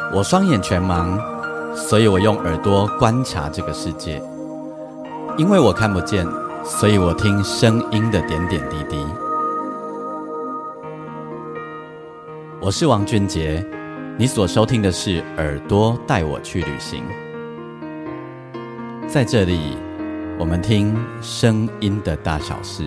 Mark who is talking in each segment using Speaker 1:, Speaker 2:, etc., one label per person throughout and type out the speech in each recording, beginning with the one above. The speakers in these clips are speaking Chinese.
Speaker 1: 我双眼全盲，所以我用耳朵观察这个世界。因为我看不见，所以我听声音的点点滴滴。我是王俊杰，你所收听的是耳朵带我去旅行。在这里，我们听声音的大小事。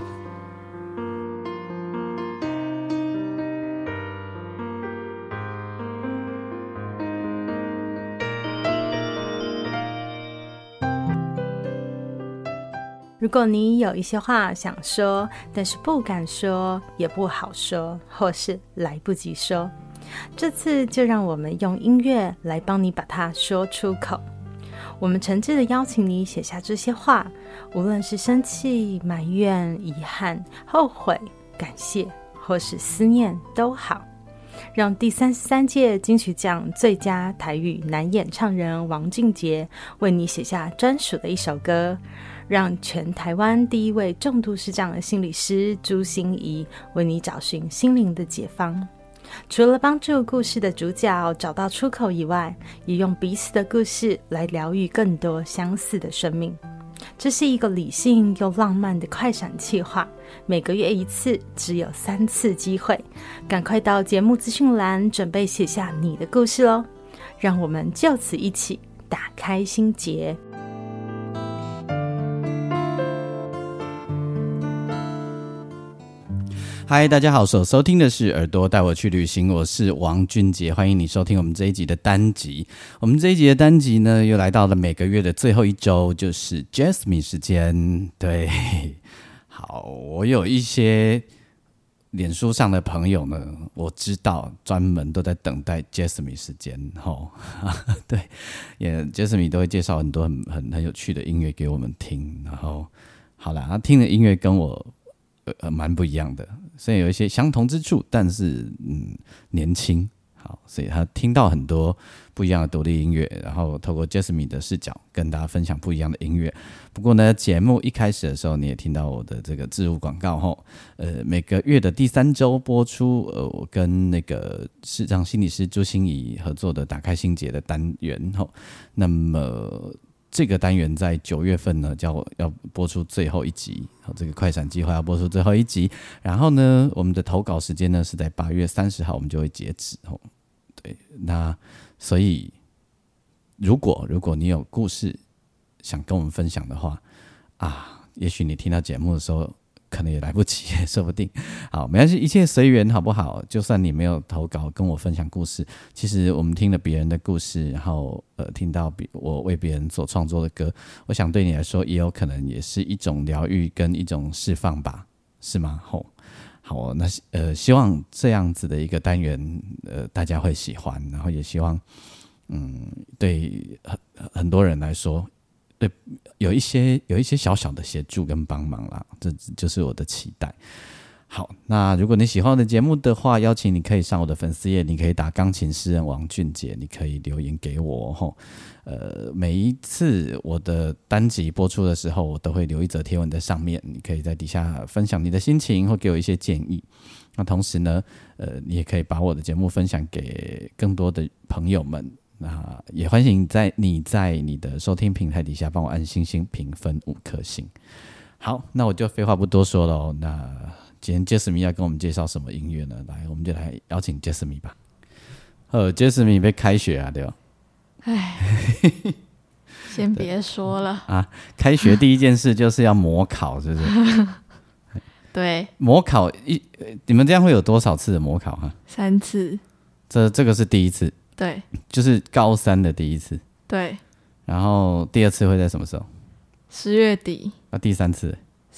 Speaker 2: 如果你有一些话想说，但是不敢说，也不好说，或是来不及说，这次就让我们用音乐来帮你把它说出口。我们诚挚的邀请你写下这些话，无论是生气、埋怨、遗憾、后悔、感谢，或是思念都好。让第33届金曲奖最佳台语男演唱人王俊杰为你写下专属的一首歌，让全台湾第一位重度视障的心理师朱心怡为你找寻心灵的解放。除了帮助故事的主角找到出口以外，也用彼此的故事来疗愈更多相似的生命。这是一个理性又浪漫的快闪企划，每个月一次，只有3次机会，赶快到节目资讯栏准备写下你的故事咯。让我们就此一起打开心结。
Speaker 1: 嗨，大家好，所收听的是耳朵带我去旅行，我是王俊杰，欢迎你收听我们这一集的单集。我们这一集的单集呢，又来到了每个月的最后一周，就是 Jasmine 时间。对，好，我有一些脸书上的朋友呢，我知道专门都在等待 Jasmine 时间。对，也 Jasmine 都会介绍很多很有趣的音乐给我们听。然后，好啦，他听的音乐跟我蛮不一样的，虽然有一些相同之处，但是年轻，好，所以他听到很多不一样的独立音乐，然后透过 Jasmine 的视角跟大家分享不一样的音乐。不过呢，节目一开始的时候你也听到我的这个置入广告后，每个月的第3周播出，我跟那个视障心理师朱心怡合作的打开心结的单元后，那么这个单元在9月份呢，要播出最后一集，这个快闪计划要播出最后一集。然后呢，我们的投稿时间呢是在8月30号，我们就会截止。对，那所以如果你有故事想跟我们分享的话也许你听到节目的时候可能也来不及，说不定。好，没关系，一切随缘，好不好？就算你没有投稿跟我分享故事，其实我们听了别人的故事，然后听到我为别人所创作的歌，我想对你来说也有可能也是一种疗愈跟一种释放吧，是吗？好，那希望这样子的一个单元大家会喜欢，然后也希望对很多人来说，对有一些小小的协助跟帮忙啦，这就是我的期待。好，那如果你喜欢我的节目的话，邀请你可以上我的粉丝页，你可以打钢琴诗人王俊杰，你可以留言给我每一次我的单集播出的时候，我都会留一则贴文在上面，你可以在底下分享你的心情或给我一些建议。那同时呢，你也可以把我的节目分享给更多的朋友们。那也欢迎你在你的收听平台底下帮我按星星评分5颗星。好，那我就废话不多说了那今天 Jasmine 要跟我们介绍什么音乐呢？来，我们就来邀请 Jasmine 吧。Jasmine 被开学啊，对吧？
Speaker 3: 先别说了
Speaker 1: 开学第一件事就是要模考，是不是？
Speaker 3: 对，
Speaker 1: 模考你们这样会有多少次的模考
Speaker 3: 3次。
Speaker 1: 这个是第一次。
Speaker 3: 对，
Speaker 1: 就是高3的第一次。
Speaker 3: 对，
Speaker 1: 然后第2次会在什么时候
Speaker 3: ？10月底。
Speaker 1: 那第3次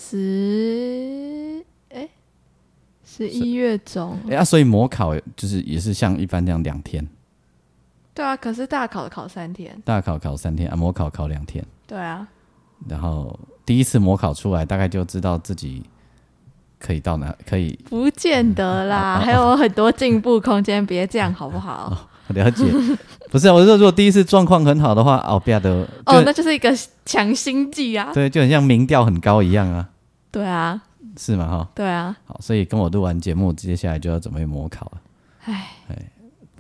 Speaker 3: 11月中。
Speaker 1: 所以模考就是也是像一般这样2天。
Speaker 3: 对啊，可是大考考3天。
Speaker 1: 大考考3天模考考2天。
Speaker 3: 对啊。
Speaker 1: 然后第一次模考出来，大概就知道自己可以到哪，可以
Speaker 3: 不见得啦，还有很多进步空间，别这样好不好？
Speaker 1: 了解。不是，我是说如果第一次状况很好的话，不要的
Speaker 3: 那就是一个强心剂啊。
Speaker 1: 对，就很像民调很高一样啊。
Speaker 3: 对啊，
Speaker 1: 是吗？
Speaker 3: 对啊。
Speaker 1: 好，所以跟我录完节目，接下来就要准备模考了。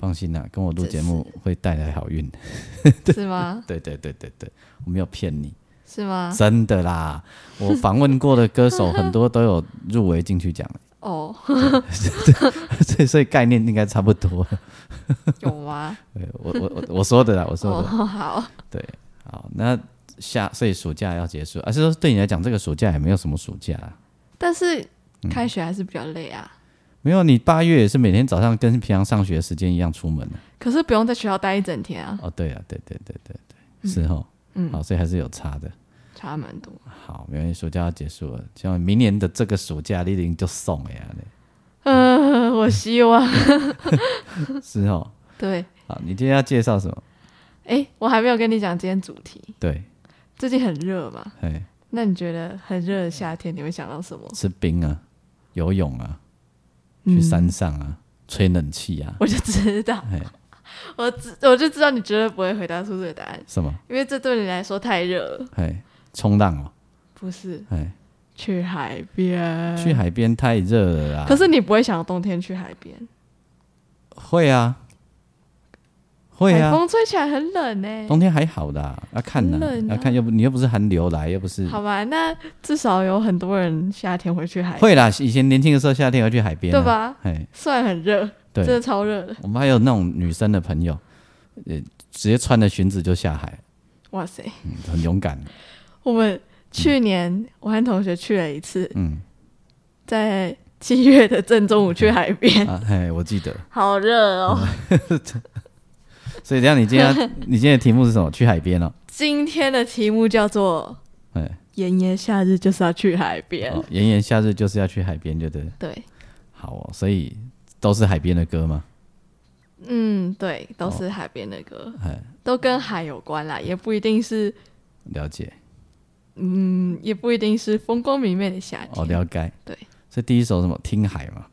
Speaker 1: 放心啦，跟我录节目会带来好运，
Speaker 3: 是吗？
Speaker 1: 对，我没有骗你，
Speaker 3: 是吗？
Speaker 1: 真的啦，我访问过的歌手很多都有入围金曲奖，
Speaker 3: 哦，
Speaker 1: 所以概念应该差不多。
Speaker 3: 有吗？
Speaker 1: 对我说的啦，我说的。
Speaker 3: 好，
Speaker 1: 对，好，那所以暑假要结束，是说对你来讲，这个暑假也没有什么暑假啊。
Speaker 3: 但是开学还是比较累啊。
Speaker 1: 没有，你8月也是每天早上跟平常上学的时间一样出门的。
Speaker 3: 可是不用在学校待一整天啊。
Speaker 1: 哦，对啊，对，是哦。好，所以还是有差的。
Speaker 3: 差蛮多。
Speaker 1: 好，没关系，暑假要结束了，希望明年的这个暑假你已经就送了呀。
Speaker 3: 我希望。
Speaker 1: 是哦。
Speaker 3: 对。
Speaker 1: 好，你今天要介绍什么？
Speaker 3: 我还没有跟你讲今天主题。
Speaker 1: 对。
Speaker 3: 最近很热嘛。
Speaker 1: 嘿。
Speaker 3: 那你觉得很热的夏天，你会想到什么？
Speaker 1: 吃冰啊，游泳啊，去山上啊，吹冷气啊。
Speaker 3: 我就知道。我就知道你绝对不会回答出这个答案。
Speaker 1: 什么？
Speaker 3: 因为这对你来说太热了。
Speaker 1: 冲浪哦？
Speaker 3: 不是。去海边。
Speaker 1: 去海边太热了啦。
Speaker 3: 可是你不会想冬天去海边？
Speaker 1: 会啊，会啊。
Speaker 3: 海风吹起来很冷欸。
Speaker 1: 冬天还好的啊，要看呢，要看，你又不是寒流来，又不是。
Speaker 3: 好吧，那至少有很多人夏天会去海边。
Speaker 1: 会啦，以前年轻的时候夏天会去海边，
Speaker 3: 对吧？虽然很热，真的超热的。
Speaker 1: 我们还有那种女生的朋友，直接穿着裙子就下海。
Speaker 3: 哇塞，
Speaker 1: 很勇敢。
Speaker 3: 我们去年我和同学去了一次，在7月的正中午去海边。
Speaker 1: 我记得。
Speaker 3: 好热哦。
Speaker 1: 所以这样，你今天的题目是什么？去海边哦。
Speaker 3: 今天的题目叫做炎炎夏日就是要去海边。
Speaker 1: 炎炎夏日就是要去海边，对不对？
Speaker 3: 对。
Speaker 1: 好哦，所以都是海边的歌吗？
Speaker 3: 对，都是海边的歌，都跟海有关啦，也不一定是。
Speaker 1: 了解。
Speaker 3: 也不一定是风光明媚的夏天。
Speaker 1: 了解。
Speaker 3: 对。
Speaker 1: 所以第一首什么？听海嘛。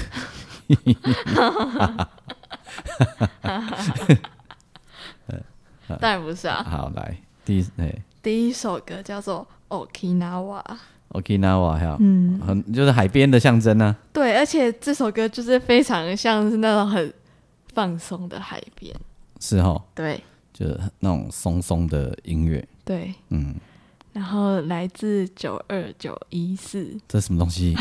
Speaker 3: 当然不是啊。
Speaker 1: 好，来
Speaker 3: 第一首歌叫做 Okinawa。Okinawa
Speaker 1: 还有就是海边的象征啊。
Speaker 3: 对，而且这首歌就是非常像是那种很放松的海边。
Speaker 1: 是哦。对，就是那种松松的音乐。
Speaker 3: 对。然后来自92914。
Speaker 1: 这是什么东西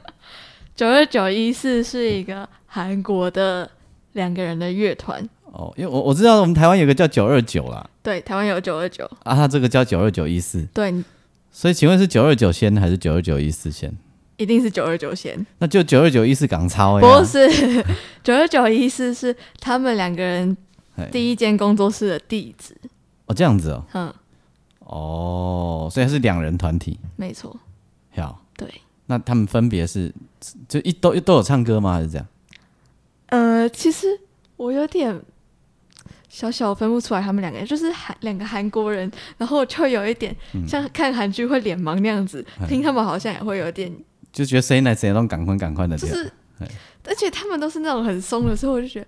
Speaker 3: ？92914是一个韩国的2个人的乐团。
Speaker 1: 因为我知道我们台湾有个叫929啦。
Speaker 3: 对，台湾有929
Speaker 1: 啊，他这个叫92914。
Speaker 3: 对。
Speaker 1: 所以请问是929先还是92914先？
Speaker 3: 一定是929先。
Speaker 1: 那就92914港超呀。不是
Speaker 3: ，92914是他们2个人第一间工作室的地址。
Speaker 1: 这样子哦。所以它是2人团体。
Speaker 3: 没错。
Speaker 1: 好。
Speaker 3: 对。
Speaker 1: 那他们分别是就都有唱歌吗？还是这样？
Speaker 3: 其实我有点小分不出来他们2个人，就是2个韩国人，然后就有一点像看韩剧会脸盲那样子，听他们好像也会有点，
Speaker 1: 就觉得谁来谁都赶快的，
Speaker 3: 就是，而且他们都是那种很松的时候，我就觉得，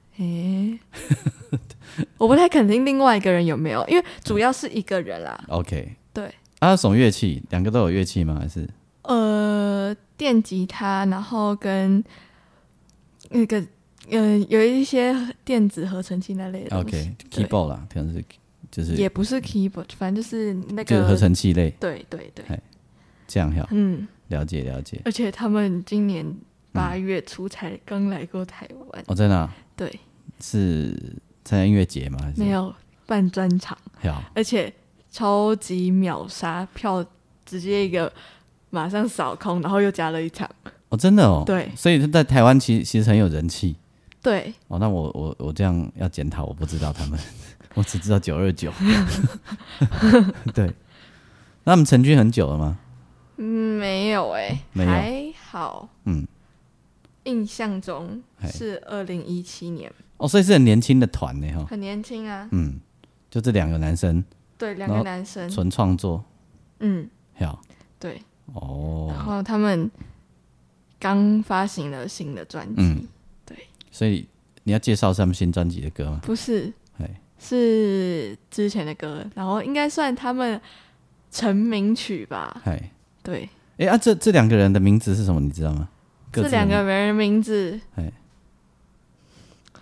Speaker 3: 我不太肯定另外一个人有没有，因为主要是一个人啦。
Speaker 1: OK。
Speaker 3: 对。
Speaker 1: 什么乐器？2个都有乐器吗？还是？
Speaker 3: 电吉他，然后跟那个有一些电子合成器那类的东西。
Speaker 1: OK，keyboard 啦，可能是就是
Speaker 3: 也不是 keyboard， 反正就是那个
Speaker 1: 就是合成器类。
Speaker 3: 对。
Speaker 1: 这样好。了解。
Speaker 3: 而且他们今年8月初才刚来过台湾。
Speaker 1: 真的？
Speaker 3: 对。
Speaker 1: 是参加音乐节吗？还是
Speaker 3: 没有，办专场。而且超级秒杀票，直接一个马上扫空，然后又加了一场。真的哦。对。所以在台湾其实很有人气。对。那我这样要检讨，我不知道他们，我只知道929。对。那他们成军很久了吗？ 没有
Speaker 1: 没有。
Speaker 3: 还好。印象中是2017年。所
Speaker 1: 以是很年轻的团呢。
Speaker 3: 很年轻啊。
Speaker 1: 就这2个男生。对，2
Speaker 3: 个男生
Speaker 1: 纯创作。
Speaker 3: 好。对。然后他们刚发行了新的专辑。对。所以
Speaker 1: 你要介绍他们新专辑的歌吗？
Speaker 3: 不是，是之前的歌，然后应该算他们成名曲吧。对。
Speaker 1: 这2个人的名字是什么？你知道吗？
Speaker 3: 这2个人的名字，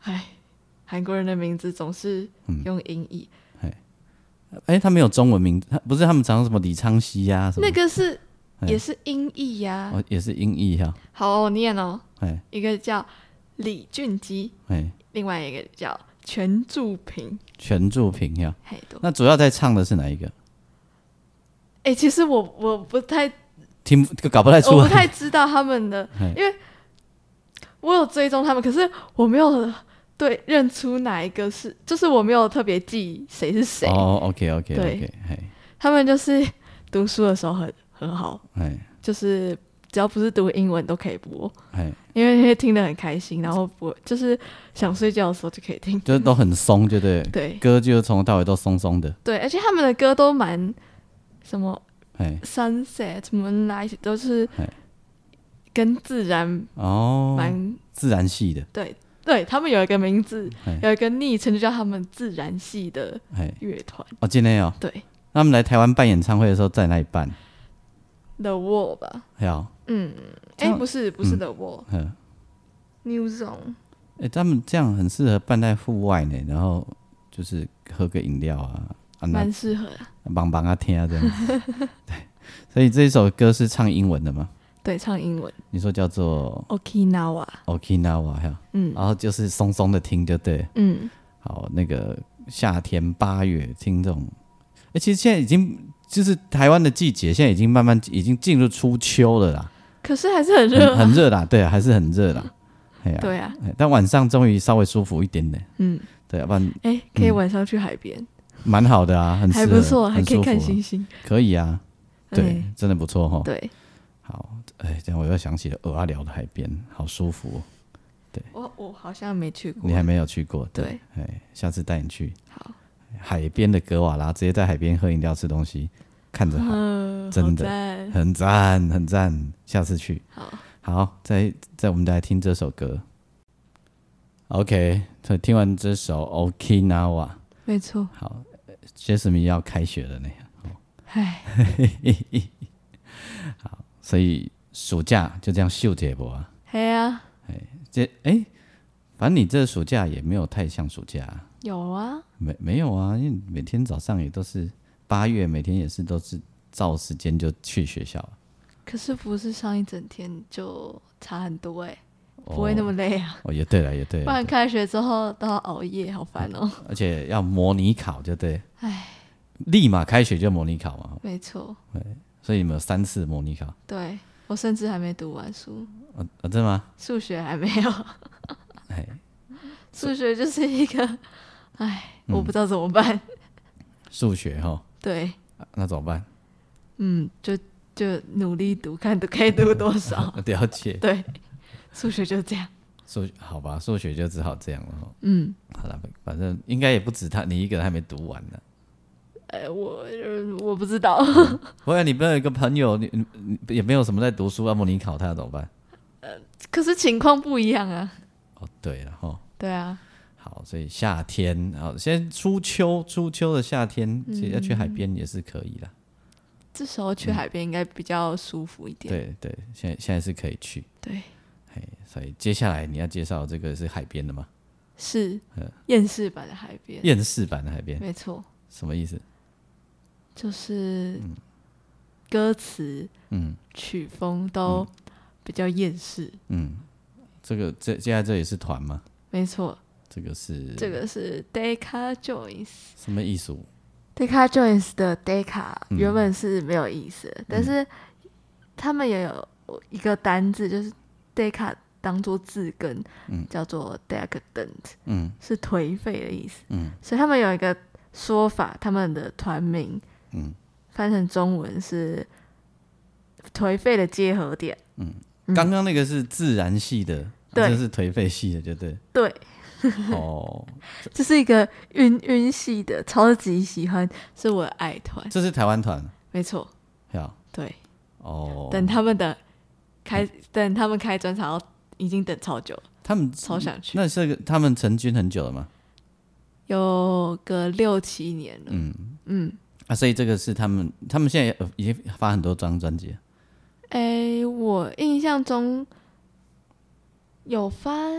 Speaker 3: 韩国人的名字总是用音译。
Speaker 1: 他没有中文名，不是他们常什么李昌熙呀什么？
Speaker 3: 那个是也是音译呀，
Speaker 1: 也是音译哈。
Speaker 3: 好，我念哦。一个叫李俊基，另外一个叫全柱平。
Speaker 1: 全柱平呀。那主要在唱的是哪一个？
Speaker 3: 其实我不太
Speaker 1: 搞不太出来，
Speaker 3: 我不太知道他们的，因为我有追踪他们，可是我没有认出哪一个是，就是我没有特别记谁是谁。
Speaker 1: OK，
Speaker 3: 对，他们就是读书的时候很好，就是只要不是读英文都可以播，因为听得很开心，然后就是想睡觉的时候就可以听，
Speaker 1: 就是都很松，就对，歌就从头到尾都松松的，
Speaker 3: 对，而且他们的歌都蛮什么 sunset moonlight 都是跟自然蛮
Speaker 1: 自然系的，
Speaker 3: 对，他们有一个名字，有一个昵称就叫他们自然系的乐团。
Speaker 1: 今天
Speaker 3: 对，
Speaker 1: 他们来台湾办演唱会的时候在哪里办？
Speaker 3: The Wall 吧。不是 The Wall，New Zone。
Speaker 1: 他们这样很适合办在户外呢，然后就是喝个饮料
Speaker 3: 蛮适合的，
Speaker 1: 帮啊听这样子。对，所以这一首歌是唱英文的吗？
Speaker 3: 对，唱英文。你
Speaker 1: 说叫做
Speaker 3: Okinawa
Speaker 1: 哈，然后就是松松的听就对，好，那个夏天8月听这种，其实现在已经就是台湾的季节，现在已经慢慢已经进入初秋了啦，
Speaker 3: 可是还是很热，
Speaker 1: 很热啦，对啊，还是很热啦，
Speaker 3: 对啊，
Speaker 1: 但晚上终于稍微舒服一点点，对，要不然
Speaker 3: 可以晚上去海边，
Speaker 1: 蛮好的啊，很适合，
Speaker 3: 还不错，还可以看星星，
Speaker 1: 可以啊，对，真的不错齁，
Speaker 3: 对。
Speaker 1: 好，这样我又想起了蚵仔寮的海边，好舒服对，
Speaker 3: 我好像没去过，
Speaker 1: 你还没有去过？对，下次带你去。好，海边的格瓦拉，直接在海边喝饮料、吃东西，看着海，真的很赞，很赞。下次去。好，再我们再来听这首歌。OK， 听完这首 Okinawa，
Speaker 3: 没错。
Speaker 1: 好 ，Jasmine 要开学了呢。好。所以暑假就这样秀节不啊？反正你这暑假也没有太像暑假
Speaker 3: 有啊？
Speaker 1: 没有啊？因为每天早上也都是8月，每天也是都是照时间就去学校。
Speaker 3: 可是不是上一整天就差很多不会那么累啊。
Speaker 1: 也对了，也对了。
Speaker 3: 不然开学之后都要熬夜，好烦哦。
Speaker 1: 而且要模拟考，就对。立马开学就模拟考嘛。
Speaker 3: 没错。
Speaker 1: 所以你们有3次模拟考？
Speaker 3: 对，我甚至还没读完书。
Speaker 1: 真的吗？
Speaker 3: 数学还没有。数学就是一个，我不知道怎么办。
Speaker 1: 数学
Speaker 3: 对。
Speaker 1: 那怎么办？
Speaker 3: 就努力读，看可以读多少。
Speaker 1: 了解。对，
Speaker 3: 数学就这样。
Speaker 1: 好吧，数学就只好这样了。好了，反正应该也不止你一个人还没读完呢。
Speaker 3: 我不知道。
Speaker 1: 不然你不要有一个朋友，你也没有什么在读书，要模拟考，他要怎么办？
Speaker 3: 可是情况不一样啊。
Speaker 1: 对了
Speaker 3: 对啊。
Speaker 1: 好，所以夏天，好，现在初秋的夏天，其实要去海边也是可以啦。
Speaker 3: 这时候去海边应该比较舒服一点。
Speaker 1: 对，现在是可以去。
Speaker 3: 对。
Speaker 1: 所以接下来你要介绍这个是海边的吗？
Speaker 3: 是厌世版的海边。
Speaker 1: 厌世版的海边，
Speaker 3: 没错。
Speaker 1: 什么意思？
Speaker 3: 就是歌词、曲风都比较厌世。接下来这也是团吗？没错。这个是 Deca Joins。
Speaker 1: 什么意思？
Speaker 3: Deca Joins 的 Deca 原本是没有意思的，但是他们也有一个单字，就是 Deca 当作字根，叫做 Decadent，是颓废的意思。所以他们有一个说法，他们的团名翻成中文是颓废的结合点。
Speaker 1: 刚刚那个是自然系的，这是颓废系的，就对。
Speaker 3: 对。这是一个晕系的，超级喜欢，是我的爱团。这
Speaker 1: 是台湾团？
Speaker 3: 没错。对。等他们开专场已经等超久了，他们超想去。
Speaker 1: 那是他们成军很久了吗？
Speaker 3: 有个6-7年了。
Speaker 1: 所以这个是他们现在已经发很多张专辑。
Speaker 3: 我印象中有发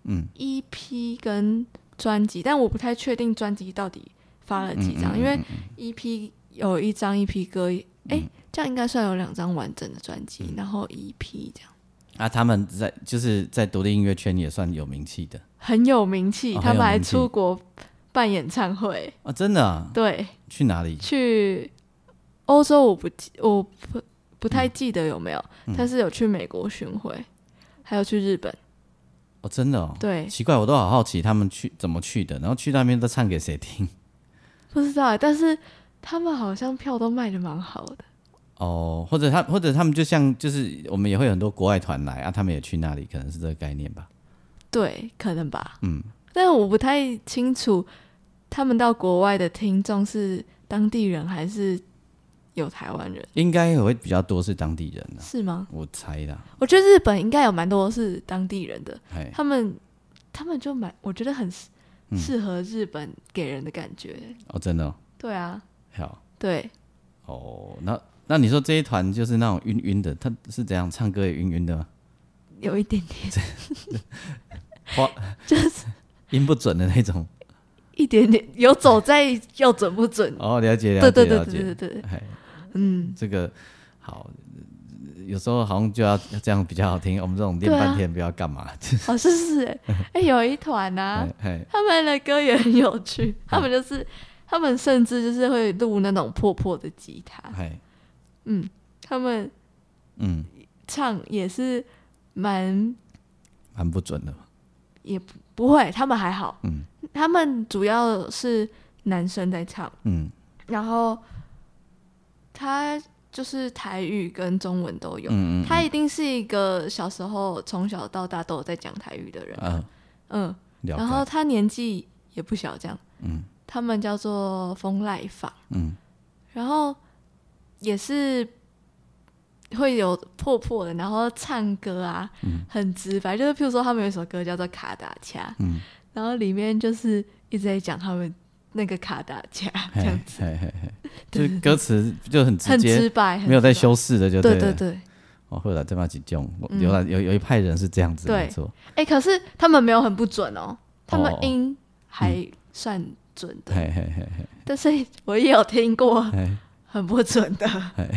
Speaker 3: EP 跟专辑，但我不太确定专辑到底发了几张，因为 EP 有1张 EP 歌，这样应该算有2张完整的专辑，然后 EP 这样。
Speaker 1: 啊，他们在独立音乐圈也算有名气的，
Speaker 3: 很有名气，他们还出国办演唱会
Speaker 1: 啊，真的啊？
Speaker 3: 对，
Speaker 1: 去哪里？
Speaker 3: 去欧洲，我不太记得有没有，但是有去美国巡回，还有去日本。
Speaker 1: 哦，真的哦？
Speaker 3: 对，
Speaker 1: 奇怪，我都好好奇他们怎么去的，然后去那边都唱给谁听？
Speaker 3: 不知道，但是他们好像票都卖得蛮好的。
Speaker 1: 哦，或者他们就是我们也会有很多国外团来啊，他们也去那里，可能是这个概念吧。
Speaker 3: 对，可能吧。但是我不太清楚他们到国外的听众是当地人还是有台湾人，
Speaker 1: 应该也会比较多是当地人啊，
Speaker 3: 是吗？
Speaker 1: 我猜啦。
Speaker 3: 我觉得日本应该有蛮多是当地人的，他们就我觉得很适合日本给人的感觉。
Speaker 1: 哦，真的哦？对
Speaker 3: 啊。
Speaker 1: 好。
Speaker 3: 对。
Speaker 1: 哦，那你说这一团就是那种晕晕的，他是怎样唱歌也晕晕的吗？
Speaker 3: 有一点点。就是
Speaker 1: 音不准的那种。
Speaker 3: 一点点，有走在又准不准？
Speaker 1: 哦，了解。
Speaker 3: 对。
Speaker 1: 这个好，有时候好像就要这样比较好听。我们这种练半天不要干嘛？
Speaker 3: 哦，是有一团啊，他们的歌也很有趣。他们甚至就是会录那种破破的吉他。他们唱也是蛮
Speaker 1: 不准的，
Speaker 3: 也不会，他们还好。他们主要是男生在唱，然后他就是台语跟中文都有，他一定是一个小时候从小到大都有在讲台语的人，然后他年纪也不小，这样，他们叫做风赖坊，然后也是会有破破的，然后唱歌啊，很直白，就是譬如说他们有一首歌叫做卡达恰，然后里面就是一直在讲他们那个卡达恰这样子，
Speaker 1: 就是歌词就很直接，
Speaker 3: 很直白，
Speaker 1: 没有在修饰的，就对了。
Speaker 3: 对。
Speaker 1: 哦，后来这么几种，有一派人是这样子，没错。
Speaker 3: 可是他们没有很不准哦，他们音还算准的。但是我也有听过很不准的。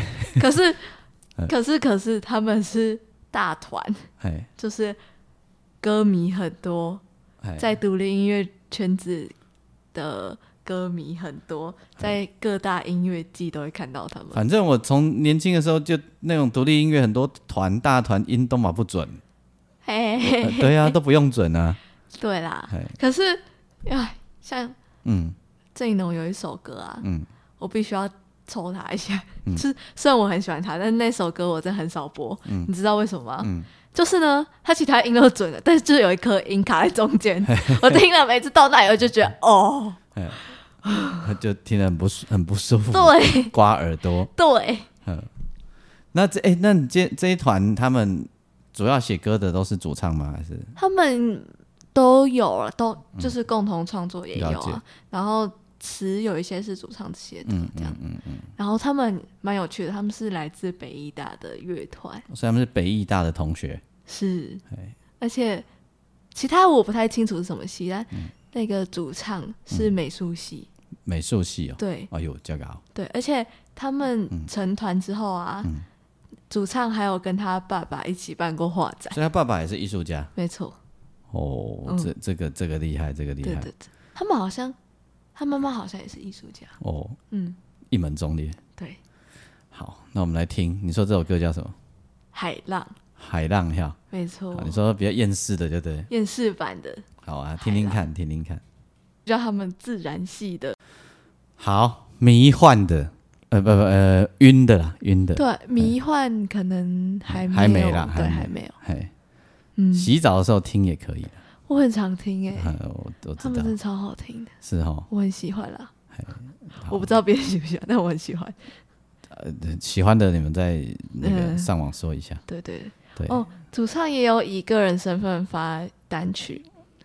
Speaker 3: 可是他们是大团，就是歌迷很多。在独立音乐圈子的歌迷很多，在各大音乐季都会看到他们。
Speaker 1: 反正我从年轻的时候就那种独立音乐，很多大团音都嘛不准。对啊，都不用准啊。
Speaker 3: 对啦，可是像郑宜农有一首歌啊，我必须要抽他一下。虽然我很喜欢他，但是那首歌我真的很少播。你知道为什么吗？就是呢，他其他音都准了，但是就是有一颗音卡在中间。我听了每次到那里，我就觉得
Speaker 1: 就听得很不舒服，
Speaker 3: 对，
Speaker 1: 刮耳朵，
Speaker 3: 对。
Speaker 1: 那你这一团他们主要写歌的都是主唱吗？还是
Speaker 3: 他们都有了，都就是共同创作也有啊。然后词有一些是主唱写的，这样。然后他们蛮有趣的，他们是来自北艺大的乐团，
Speaker 1: 所以他们是北艺大的同学。
Speaker 3: 是，而且其他我不太清楚是什么系，但那个主唱是美术系。
Speaker 1: 美术系哦。
Speaker 3: 对。
Speaker 1: 哎呦，这个好。
Speaker 3: 对，而且他们成团之后啊，主唱还有跟他爸爸一起办过画展，
Speaker 1: 所以他爸爸也是艺术家。
Speaker 3: 没错。
Speaker 1: 哦，这个厉害，这个厉害。
Speaker 3: 对，他们好像，他妈妈好像也是艺术家。
Speaker 1: 哦，一门忠烈。
Speaker 3: 对。
Speaker 1: 好，那我们来听，你说这首歌叫什么？
Speaker 3: 海浪。
Speaker 1: 海浪呀，
Speaker 3: 没错。
Speaker 1: 你说比较厌世的，就对。
Speaker 3: 厌世版的。
Speaker 1: 好啊，听听看，听听看。
Speaker 3: 叫他们自然系的。
Speaker 1: 好，迷幻的，晕的啦，晕的。
Speaker 3: 对，迷幻可能还
Speaker 1: 没啦，
Speaker 3: 对，还没有。
Speaker 1: 洗澡的时候听也可以的。
Speaker 3: 我很常听
Speaker 1: 我知道。
Speaker 3: 他们真的超好听的。
Speaker 1: 是哦。
Speaker 3: 我很喜欢啦。我不知道别人喜不喜欢，但我很喜欢。
Speaker 1: 喜欢的你们在那个上网说一下。
Speaker 3: 对。哦，主唱也有以个人身份发单曲。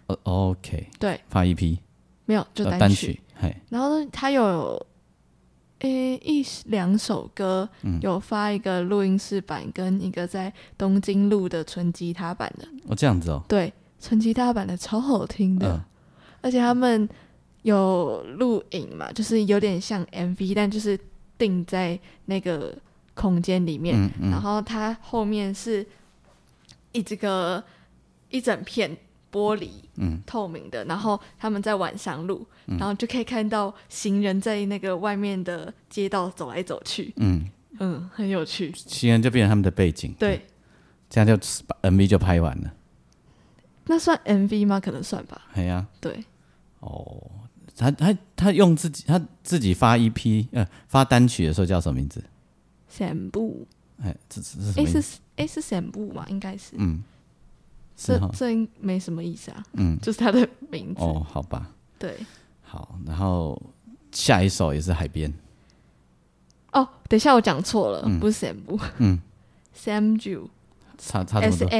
Speaker 1: OK。
Speaker 3: 对。
Speaker 1: 发EP。
Speaker 3: 没有，就单曲。然后他有1-2首歌，有发一个录音室版跟一个在东京录的纯吉他版的。
Speaker 1: 这样子哦。
Speaker 3: 对， 纯吉他版的超好听的，而且他们有录影嘛，就是有点像 MV， 但就是定在那个空间里面，然后它后面是一整片玻璃，透明的，然后他们在晚上录，然后就可以看到行人在那个外面的街道走来走去，很有趣。
Speaker 1: 行人就变成他们的背景，
Speaker 3: 对，
Speaker 1: 这样就 MV 就拍完了。
Speaker 3: 那算 MV 吗？可能算吧。
Speaker 1: 对呀，
Speaker 3: 对。
Speaker 1: 哦，他用他自己发EP 发单曲的时候叫什么名字？
Speaker 3: 散步。
Speaker 1: 这是什么意思？
Speaker 3: 是散步嘛？应该是。这没什么意思啊。就是他的名字。
Speaker 1: 哦，好吧。
Speaker 3: 对。
Speaker 1: 好，然后下一首也是海边。
Speaker 3: 哦，等一下我讲错了，不是散步。Samju。
Speaker 1: 差这么多。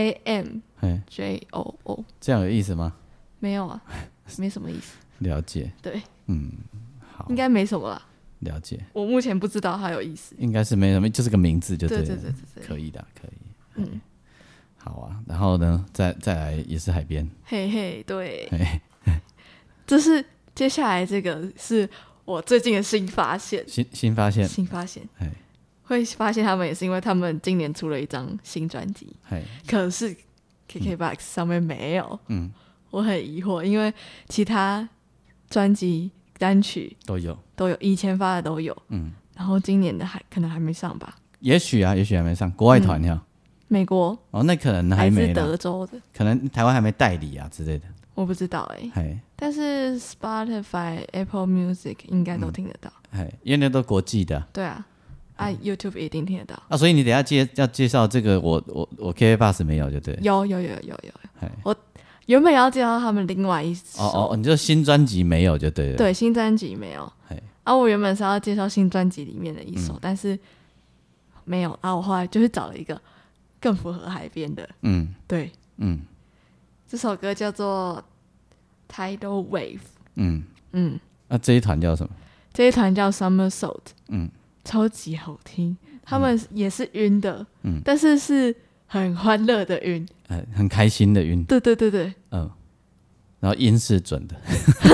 Speaker 3: SAMJOO。
Speaker 1: 这样有意思吗？
Speaker 3: 没有啊，没什么意思。
Speaker 1: 了解。
Speaker 3: 对。
Speaker 1: 好。
Speaker 3: 应该没什么啦。
Speaker 1: 了解。
Speaker 3: 我目前不知道它有意思。
Speaker 1: 应该是没什么，就是个名字就对了。
Speaker 3: 对。
Speaker 1: 可以的，可以。好啊，然后呢，再来也是海边。
Speaker 3: 嘿嘿，对。这是接下来这个是我最近的新发现。
Speaker 1: 新发现。
Speaker 3: 会发现他们也是因为他们今年出了一张新专辑，可是 KKBOX 上面没有。我很疑惑，因为其他专辑单曲
Speaker 1: 都有，
Speaker 3: 以前发的都有。然后今年的可能还没上吧？
Speaker 1: 也许还没上。国外团呀？
Speaker 3: 美国？
Speaker 1: 那可能还没。
Speaker 3: 还是德州的？
Speaker 1: 可能台湾还没代理啊之类的。
Speaker 3: 我不知道但是 Spotify、Apple Music 应该都听得到。
Speaker 1: 因为那都国际的。
Speaker 3: 对啊。YouTube 一定听得到
Speaker 1: 所以你等一下要介绍这个，我 KKBOX 没有就对。
Speaker 3: 有。我原本要介绍他们另外一首。
Speaker 1: 你就新专辑没有就对了。
Speaker 3: 对，新专辑没有。我原本是要介绍新专辑里面的一首，但是没有。我后来就是找了一个更符合海边的。对。这首歌叫做 Tidal Wave。
Speaker 1: 这一团叫什么？
Speaker 3: 这一团叫 Somersault。超级好听，他们也是晕的，但是是很欢乐的晕，
Speaker 1: 很开心的晕。
Speaker 3: 对。
Speaker 1: 然后音是准的。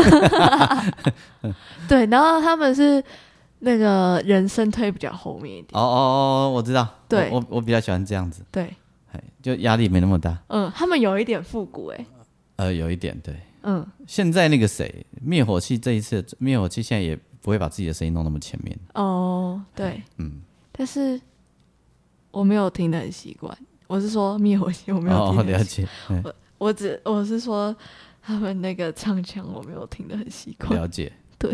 Speaker 3: 对，然后他们是那个人声推比较后面一点。
Speaker 1: 我知道。
Speaker 3: 对，
Speaker 1: 我比较喜欢这样子。
Speaker 3: 对，
Speaker 1: 就压力没那么大。
Speaker 3: 他们有一点复古
Speaker 1: 有一点对。现在那个谁，灭火器这一次，灭火器现在也不会把自己的声音弄那么前面。
Speaker 3: 对。但是我没有听得很习惯。我是说灭火器我没有听得很习惯。我是说他们那个唱腔我没有听得很习惯。
Speaker 1: 了解。
Speaker 3: 对。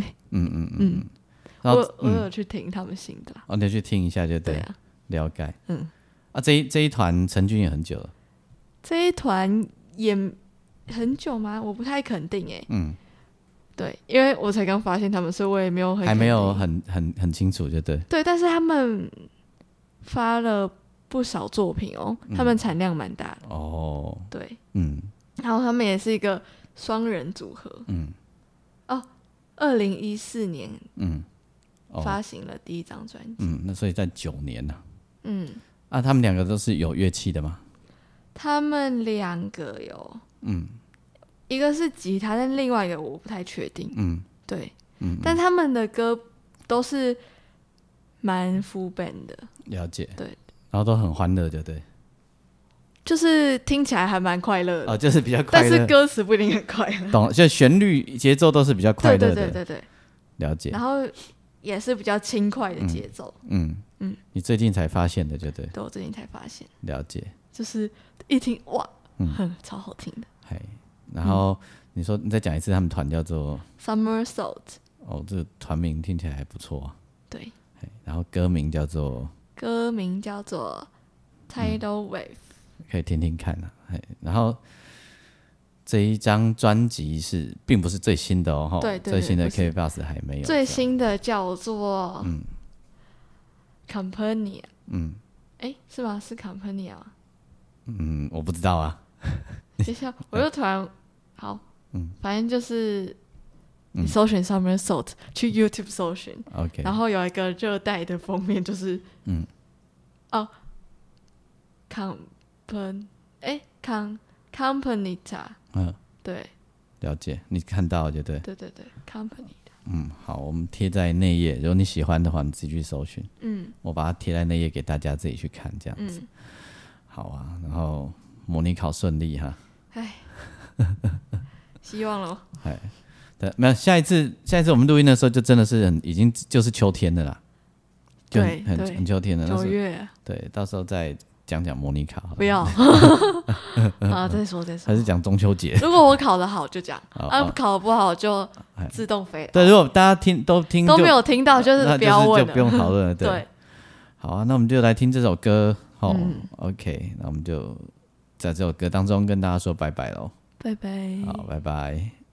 Speaker 3: 我有去听他们新的。
Speaker 1: 你有去听一下就对。了解。这一团成军也很久了。
Speaker 3: 这一团也很久吗？我不太肯定对，因为我才刚发现他们，所以我也没有
Speaker 1: 还没有很清楚，就对。
Speaker 3: 对，但是他们发了不少作品他们产量蛮大的。对。然后他们也是一个双人组合。2014年发行了第一张专辑。
Speaker 1: 那所以在9年了。他们两个都是有乐器的吗？
Speaker 3: 他们两个有。一个是吉他，但另外一个我不太确定。对。但他们的歌都是蛮 full band 的。
Speaker 1: 了解。
Speaker 3: 对。
Speaker 1: 然后都很欢乐，对。
Speaker 3: 就是听起来还蛮快乐的。
Speaker 1: 就是比较快乐。
Speaker 3: 但是歌词不一定很快乐。
Speaker 1: 懂，就旋律节奏都是比较快乐的。
Speaker 3: 对。
Speaker 1: 了解。
Speaker 3: 然后也是比较轻快的节奏。
Speaker 1: 你最近才发现的，就对。
Speaker 3: 对，我最近才发现。
Speaker 1: 了解。
Speaker 3: 就是一听哇，超好听的。
Speaker 1: 然后你说你再讲一次，他们团叫做
Speaker 3: Somersault。
Speaker 1: 这个团名听起来还不错啊。
Speaker 3: 对。
Speaker 1: 然后歌名叫做
Speaker 3: Tidal Wave。
Speaker 1: 可以听听看啊。然后这一张专辑并不是最新的
Speaker 3: 对，
Speaker 1: 最新的 KKBOX 还没有。
Speaker 3: 最新的叫做Compania。是吗？是 Compania 吗？
Speaker 1: 我不知道啊。
Speaker 3: 等一下，我又突然好，反正就是你搜寻 Somersault，去 YouTube 搜寻
Speaker 1: ，OK，
Speaker 3: 然后有一个热带的封面，就是Campanita， 对，
Speaker 1: 了解，你看到对不对？
Speaker 3: 对 ，company 的。
Speaker 1: 好，我们贴在内页，如果你喜欢的话，你自己去搜寻。我把它贴在内页给大家自己去看，这样子。好啊，然后模拟考顺利哈。
Speaker 3: 希望咯。
Speaker 1: 对，没有，下一次我们录音的时候，就真的是已经就是秋天了啦，就很秋天了，9
Speaker 3: 月。
Speaker 1: 对，到时候再讲模拟考好了。
Speaker 3: 不要再说。
Speaker 1: 还是讲中秋节。
Speaker 3: 如果我考得好就讲，考得不好就自动飞。
Speaker 1: 对，如果大家都
Speaker 3: 没有听到，就是不要问了，
Speaker 1: 就不用讨论了。对，好啊，那我们就来听这首歌。OK， 那我们就在这首歌当中跟大家说拜拜喽。
Speaker 3: 拜拜。
Speaker 1: 好，拜拜。